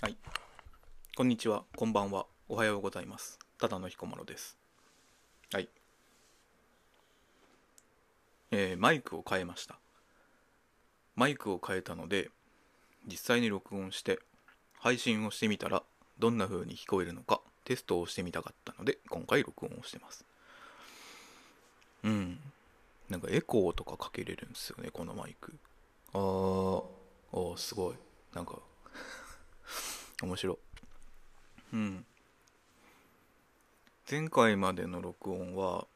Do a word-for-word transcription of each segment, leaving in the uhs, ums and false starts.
はい、こんにちは、こんばんは、おはようございます。ただのひこまろです。はい、えーマイクを変えました。マイクを変えたので、実際に録音して配信をしてみたらどんな風に聞こえるのかテストをしてみたかったので、今回録音をしてます。うん、なんかエコーとかかけれるんですよね、このマイク。あー、おー、すごい。なんか面白い。うん。前回までの録音は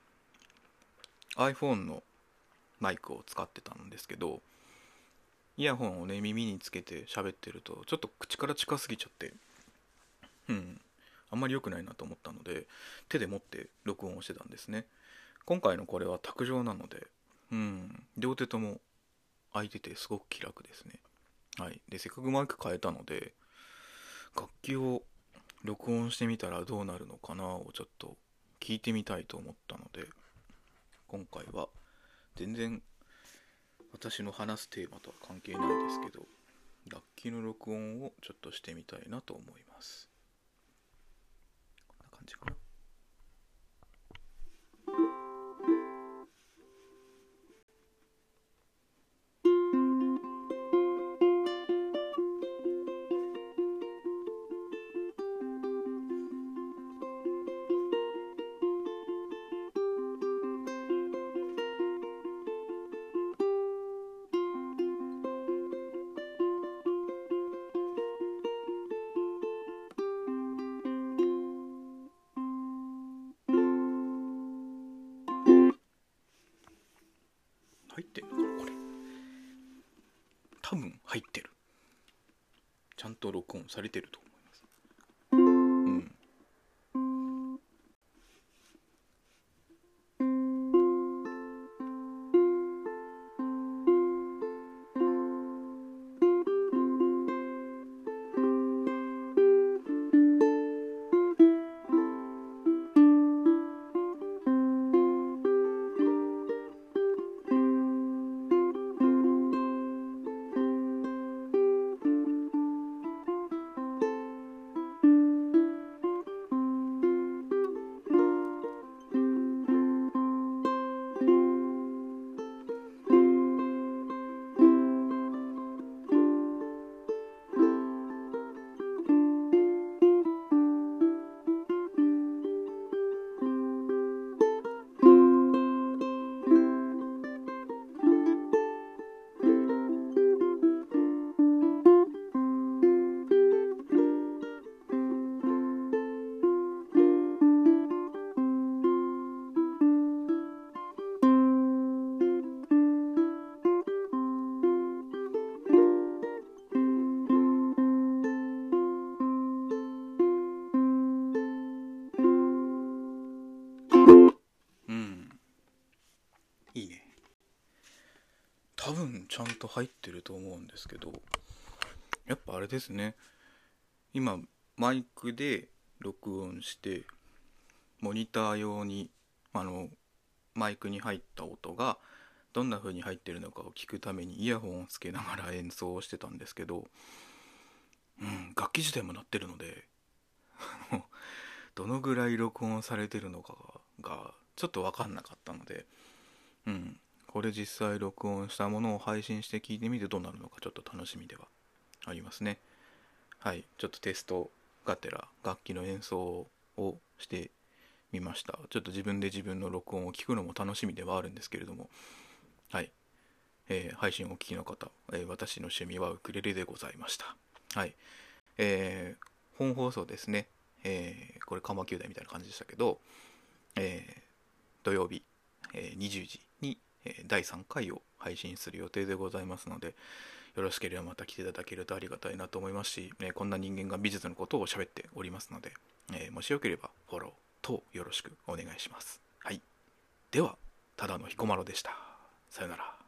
iPhone のマイクを使ってたんですけど、イヤホンをね耳につけて喋ってるとちょっと口から近すぎちゃって、うんあんまり良くないなと思ったので、手で持って録音をしてたんですね。今回のこれは卓上なので、うん両手とも空いててすごく気楽ですね。はい。でせっかくマイク変えたので、楽器を録音してみたらどうなるのかなをちょっと聞いてみたいと思ったので、今回は全然私の話すテーマとは関係ないですけど、楽器の録音をちょっとしてみたいなと思います。こんな感じかな。入ってんのかなこれ。多分入ってる。ちゃんと録音されてると思います。うんうんいいね。多分ちゃんと入ってると思うんですけど、やっぱあれですね。今マイクで録音してモニター用にあのマイクに入った音がどんな風に入ってるのかを聞くためにイヤホンをつけながら演奏をしてたんですけど、うん、楽器自体も鳴ってるのでどのぐらい録音されてるのかがちょっと分かんなかったので、うん、これ実際録音したものを配信して聞いてみてどうなるのかちょっと楽しみではありますね。はい、ちょっとテストがてら楽器の演奏をしてみました。ちょっと自分で自分の録音を聞くのも楽しみではあるんですけれども、はい、えー配信をお聞きの方、えー私の趣味はウクレレでございました。はい、えー本放送ですね。えーこれカマキリみたいな感じでしたけど、えー土曜日、えーにじゅうじに、えーだいさんかいを配信する予定でございますので、よろしければまた来ていただけるとありがたいなと思いますし、えーこんな人間が美術のことを喋っておりますので、えーもしよければフォロー等よろしくお願いします。はい。では、ただの彦摩呂でした。さよなら。